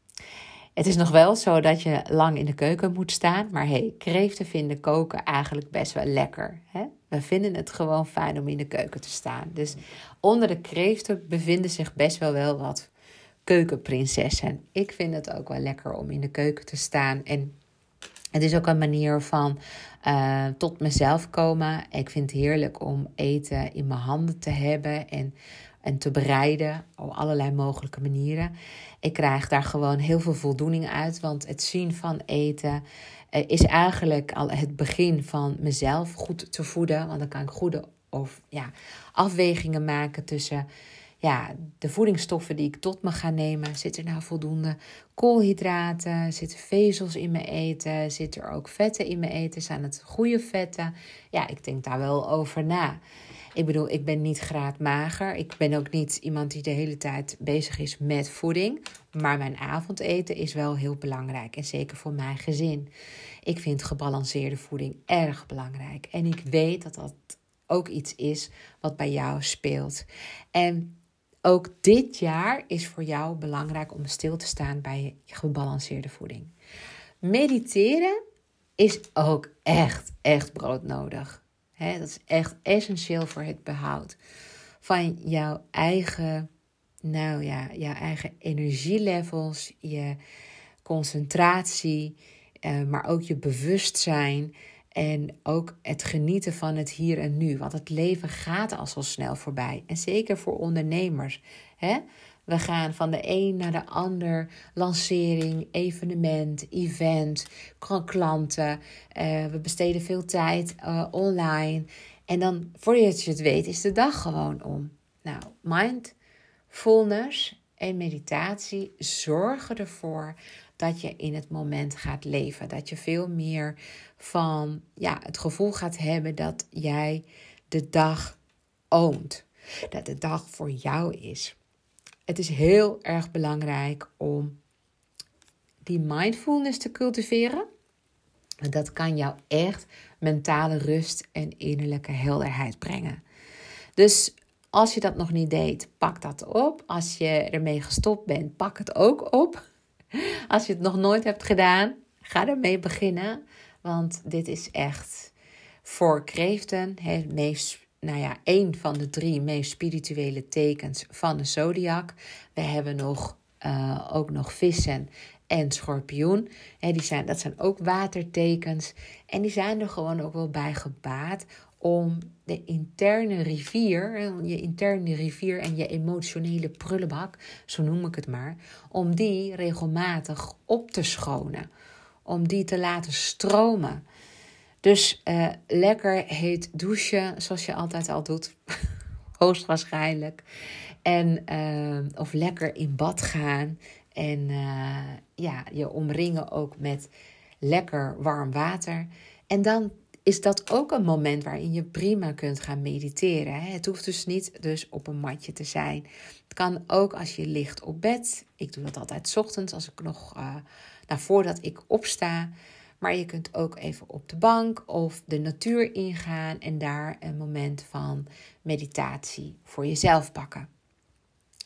Het is nog wel zo dat je lang in de keuken moet staan. Maar hey, kreeften vinden koken eigenlijk best wel lekker. Hè? We vinden het gewoon fijn om in de keuken te staan. Dus onder de kreeften bevinden zich best wel wel wat keukenprinsessen. Ik vind het ook wel lekker om in de keuken te staan. En het is ook een manier van uh, tot mezelf komen. Ik vind het heerlijk om eten in mijn handen te hebben en, en te bereiden op allerlei mogelijke manieren. Ik krijg daar gewoon heel veel voldoening uit, want het zien van eten uh, is eigenlijk al het begin van mezelf goed te voeden. Want dan kan ik goede of, ja, afwegingen maken tussen ja, de voedingsstoffen die ik tot me ga nemen. Zit er nou voldoende koolhydraten? Zitten vezels in mijn eten? Zitten er ook vetten in mijn eten? Zijn het goede vetten? Ja, ik denk daar wel over na. Ik bedoel, ik ben niet graadmager. Ik ben ook niet iemand die de hele tijd bezig is met voeding. Maar mijn avondeten is wel heel belangrijk. En zeker voor mijn gezin. Ik vind gebalanceerde voeding erg belangrijk. En ik weet dat dat ook iets is wat bij jou speelt. En ook dit jaar is voor jou belangrijk om stil te staan bij gebalanceerde voeding. Mediteren is ook echt, echt broodnodig. He, dat is echt essentieel voor het behoud van jouw eigen, nou ja, jouw eigen energielevels, je concentratie, uh, maar ook je bewustzijn. En ook het genieten van het hier en nu. Want het leven gaat al zo snel voorbij. En zeker voor ondernemers. Hè? We gaan van de een naar de ander. Lancering, evenement, event, klanten. Uh, we besteden veel tijd uh, online. En dan, voordat je het weet, is de dag gewoon om. Nou, mindfulness en meditatie zorgen ervoor dat je in het moment gaat leven. Dat je veel meer van ja, het gevoel gaat hebben dat jij de dag oont. Dat de dag voor jou is. Het is heel erg belangrijk om die mindfulness te cultiveren. Dat kan jou echt mentale rust en innerlijke helderheid brengen. Dus als je dat nog niet deed, pak dat op. Als je ermee gestopt bent, pak het ook op. Als je het nog nooit hebt gedaan, ga ermee beginnen. Want dit is echt voor kreeften het meest, nou ja, één van de drie meest spirituele tekens van de zodiac. We hebben nog, uh, ook nog vissen en schorpioen. He, die zijn, dat zijn ook watertekens. En die zijn er gewoon ook wel bij gebaat om de interne rivier, je interne rivier en je emotionele prullenbak, zo noem ik het maar, om die regelmatig op te schonen. Om die te laten stromen. Dus uh, lekker heet douchen, zoals je altijd al doet, hoogstwaarschijnlijk. En, uh, of lekker in bad gaan. En uh, ja, je omringen ook met lekker warm water. En dan is dat ook een moment waarin je prima kunt gaan mediteren. Het hoeft dus niet dus op een matje te zijn. Het kan ook als je ligt op bed. Ik doe dat altijd 's ochtends als ik nog, uh, nou, voordat ik opsta. Maar je kunt ook even op de bank of de natuur ingaan en daar een moment van meditatie voor jezelf pakken.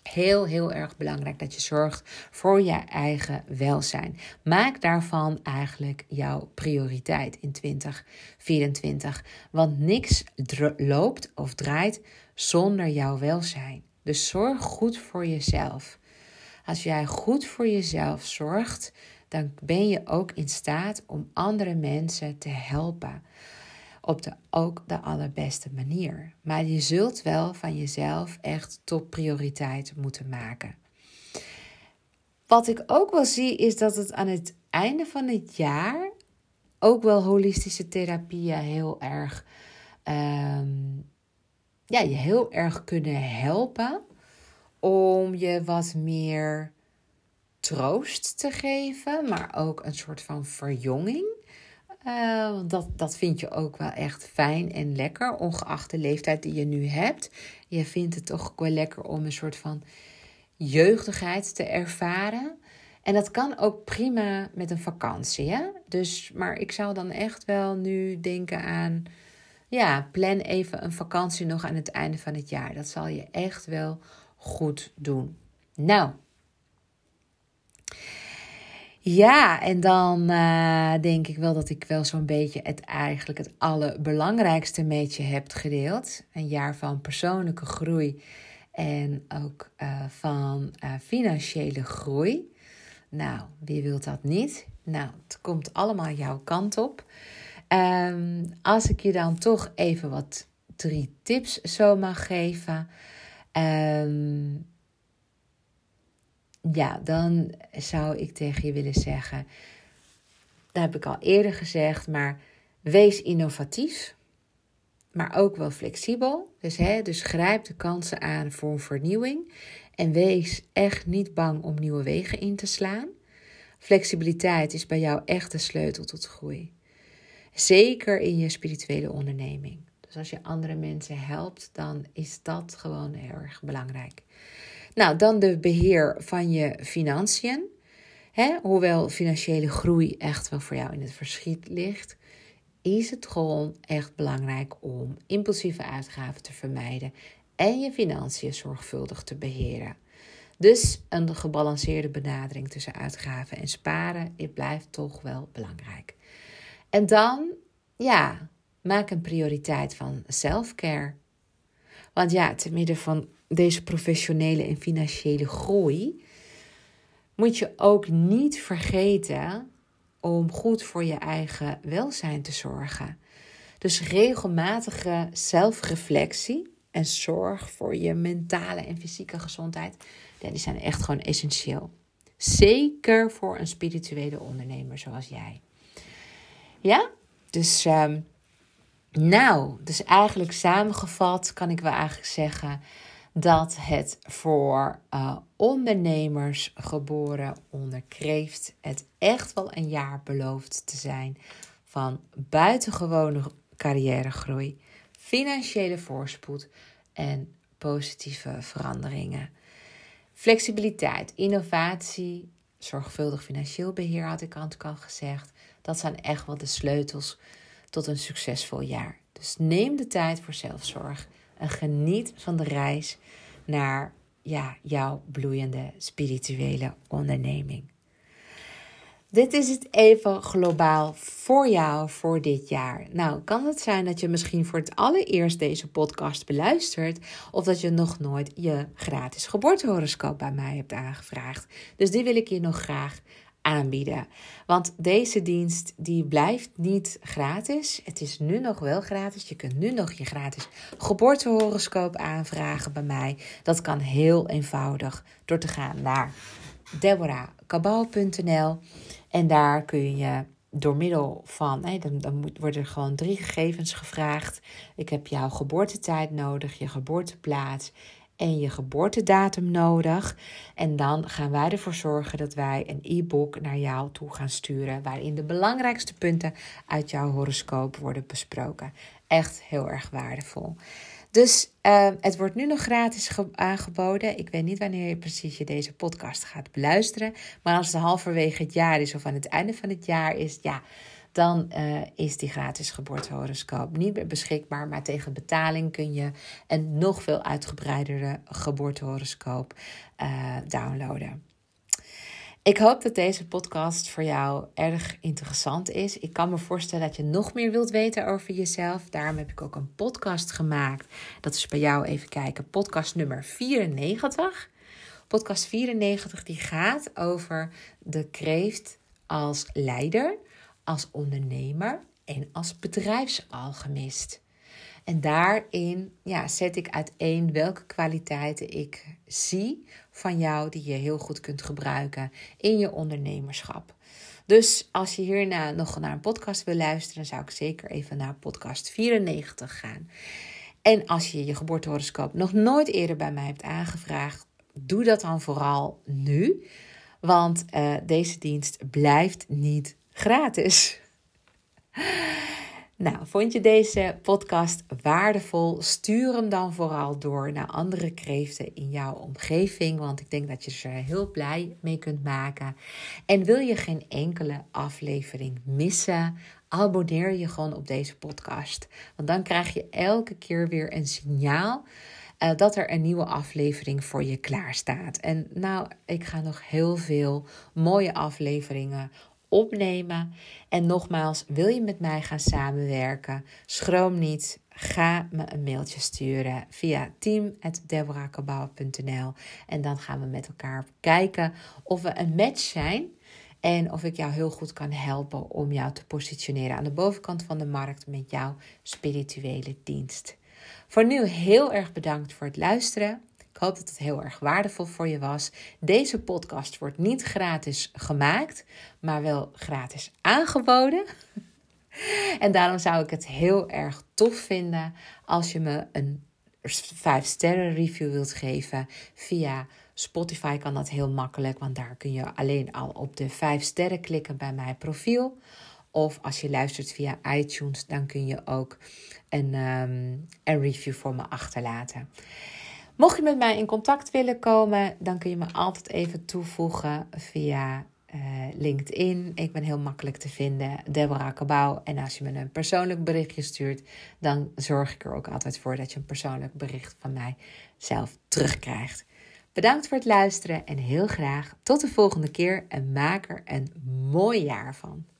Heel, heel erg belangrijk dat je zorgt voor je eigen welzijn. Maak daarvan eigenlijk jouw prioriteit in twintig vierentwintig. Want niks dro- loopt of draait zonder jouw welzijn. Dus zorg goed voor jezelf. Als jij goed voor jezelf zorgt, dan ben je ook in staat om andere mensen te helpen. Op de ook de allerbeste manier. Maar je zult wel van jezelf echt topprioriteit moeten maken. Wat ik ook wel zie is dat het aan het einde van het jaar ook wel holistische therapieën heel erg, um, ja, je heel erg kunnen helpen om je wat meer troost te geven, maar ook een soort van verjonging. Uh, dat, dat vind je ook wel echt fijn en lekker, ongeacht de leeftijd die je nu hebt. Je vindt het toch ook wel lekker om een soort van jeugdigheid te ervaren. En dat kan ook prima met een vakantie. Hè? Dus, maar ik zou dan echt wel nu denken aan, ja, plan even een vakantie nog aan het einde van het jaar. Dat zal je echt wel goed doen. Nou. Ja, en dan uh, denk ik wel dat ik wel zo'n beetje het eigenlijk het allerbelangrijkste met je heb gedeeld. Een jaar van persoonlijke groei en ook uh, van uh, financiële groei. Nou, wie wil dat niet? Nou, het komt allemaal jouw kant op. Um, als ik je dan toch even wat drie tips zo mag geven. Um, Ja, dan zou ik tegen je willen zeggen, dat heb ik al eerder gezegd, maar wees innovatief, maar ook wel flexibel. Dus, hè, dus grijp de kansen aan voor een vernieuwing en wees echt niet bang om nieuwe wegen in te slaan. Flexibiliteit is bij jou echt de sleutel tot groei. Zeker in je spirituele onderneming. Dus als je andere mensen helpt, dan is dat gewoon heel erg belangrijk. Nou, dan de beheer van je financiën. Hè, hoewel financiële groei echt wel voor jou in het verschiet ligt, is het gewoon echt belangrijk om impulsieve uitgaven te vermijden en je financiën zorgvuldig te beheren. Dus een gebalanceerde benadering tussen uitgaven en sparen, het blijft toch wel belangrijk. En dan, ja, maak een prioriteit van self-care. Want ja, te midden van deze professionele en financiële groei moet je ook niet vergeten om goed voor je eigen welzijn te zorgen. Dus regelmatige zelfreflectie en zorg voor je mentale en fysieke gezondheid, ja, die zijn echt gewoon essentieel. Zeker voor een spirituele ondernemer zoals jij. Ja, dus um, nou, dus eigenlijk samengevat kan ik wel eigenlijk zeggen dat het voor uh, ondernemers geboren onder Kreeft het echt wel een jaar belooft te zijn van buitengewone carrièregroei, financiële voorspoed en positieve veranderingen. Flexibiliteit, innovatie, zorgvuldig financieel beheer had ik al gezegd. Dat zijn echt wel de sleutels tot een succesvol jaar. Dus neem de tijd voor zelfzorg en geniet van de reis naar ja, jouw bloeiende spirituele onderneming. Dit is het even globaal voor jou voor dit jaar. Nou, kan het zijn dat je misschien voor het allereerst deze podcast beluistert, of dat je nog nooit je gratis geboortehoroscoop bij mij hebt aangevraagd. Dus die wil ik je nog graag aanbieden. Want deze dienst die blijft niet gratis. Het is nu nog wel gratis. Je kunt nu nog je gratis geboortehoroscoop aanvragen bij mij. Dat kan heel eenvoudig door te gaan naar deborah cabal punt n l en daar kun je door middel van, nee, dan, dan moet, worden er gewoon drie gegevens gevraagd. Ik heb jouw geboortetijd nodig, je geboorteplaats en je geboortedatum nodig. En dan gaan wij ervoor zorgen dat wij een e-book naar jou toe gaan sturen, waarin de belangrijkste punten uit jouw horoscoop worden besproken. Echt heel erg waardevol. Dus uh, het wordt nu nog gratis ge- aangeboden. Ik weet niet wanneer je precies je deze podcast gaat beluisteren. Maar als het halverwege het jaar is of aan het einde van het jaar is, ja, dan uh, is die gratis geboortehoroscoop niet meer beschikbaar. Maar tegen betaling kun je een nog veel uitgebreidere geboortehoroscoop uh, downloaden. Ik hoop dat deze podcast voor jou erg interessant is. Ik kan me voorstellen dat je nog meer wilt weten over jezelf. Daarom heb ik ook een podcast gemaakt. Dat is bij jou, even kijken, podcast nummer vierennegentig. Podcast vierennegentig die gaat over de kreeft als leider, als ondernemer en als bedrijfsalchemist. En daarin ja, zet ik uiteen welke kwaliteiten ik zie van jou die je heel goed kunt gebruiken in je ondernemerschap. Dus als je hierna nog naar een podcast wil luisteren, dan zou ik zeker even naar podcast vierennegentig gaan. En als je je geboortehoroscoop nog nooit eerder bij mij hebt aangevraagd, doe dat dan vooral nu. Want uh, deze dienst blijft niet gratis. Nou, vond je deze podcast waardevol? Stuur hem dan vooral door naar andere kreeften in jouw omgeving. Want ik denk dat je ze er heel blij mee kunt maken. En wil je geen enkele aflevering missen? Abonneer je gewoon op deze podcast. Want dan krijg je elke keer weer een signaal Uh, dat er een nieuwe aflevering voor je klaar staat. En nou, ik ga nog heel veel mooie afleveringen opnemen. En nogmaals, wil je met mij gaan samenwerken? Schroom niet. Ga me een mailtje sturen via team at deborah kabouw punt n l. En dan gaan we met elkaar kijken of we een match zijn. En of ik jou heel goed kan helpen om jou te positioneren aan de bovenkant van de markt met jouw spirituele dienst. Voor nu heel erg bedankt voor het luisteren. Ik hoop dat het heel erg waardevol voor je was. Deze podcast wordt niet gratis gemaakt, maar wel gratis aangeboden. En daarom zou ik het heel erg tof vinden als je me een vijf sterren review wilt geven. Via Spotify kan dat heel makkelijk, want daar kun je alleen al op de vijf sterren klikken bij mijn profiel. Of als je luistert via iTunes, dan kun je ook een, um, een review voor me achterlaten. Mocht je met mij in contact willen komen, dan kun je me altijd even toevoegen via uh, LinkedIn. Ik ben heel makkelijk te vinden, Deborah Kabouw. En als je me een persoonlijk berichtje stuurt, dan zorg ik er ook altijd voor dat je een persoonlijk bericht van mij zelf terugkrijgt. Bedankt voor het luisteren en heel graag tot de volgende keer en maak er een mooi jaar van.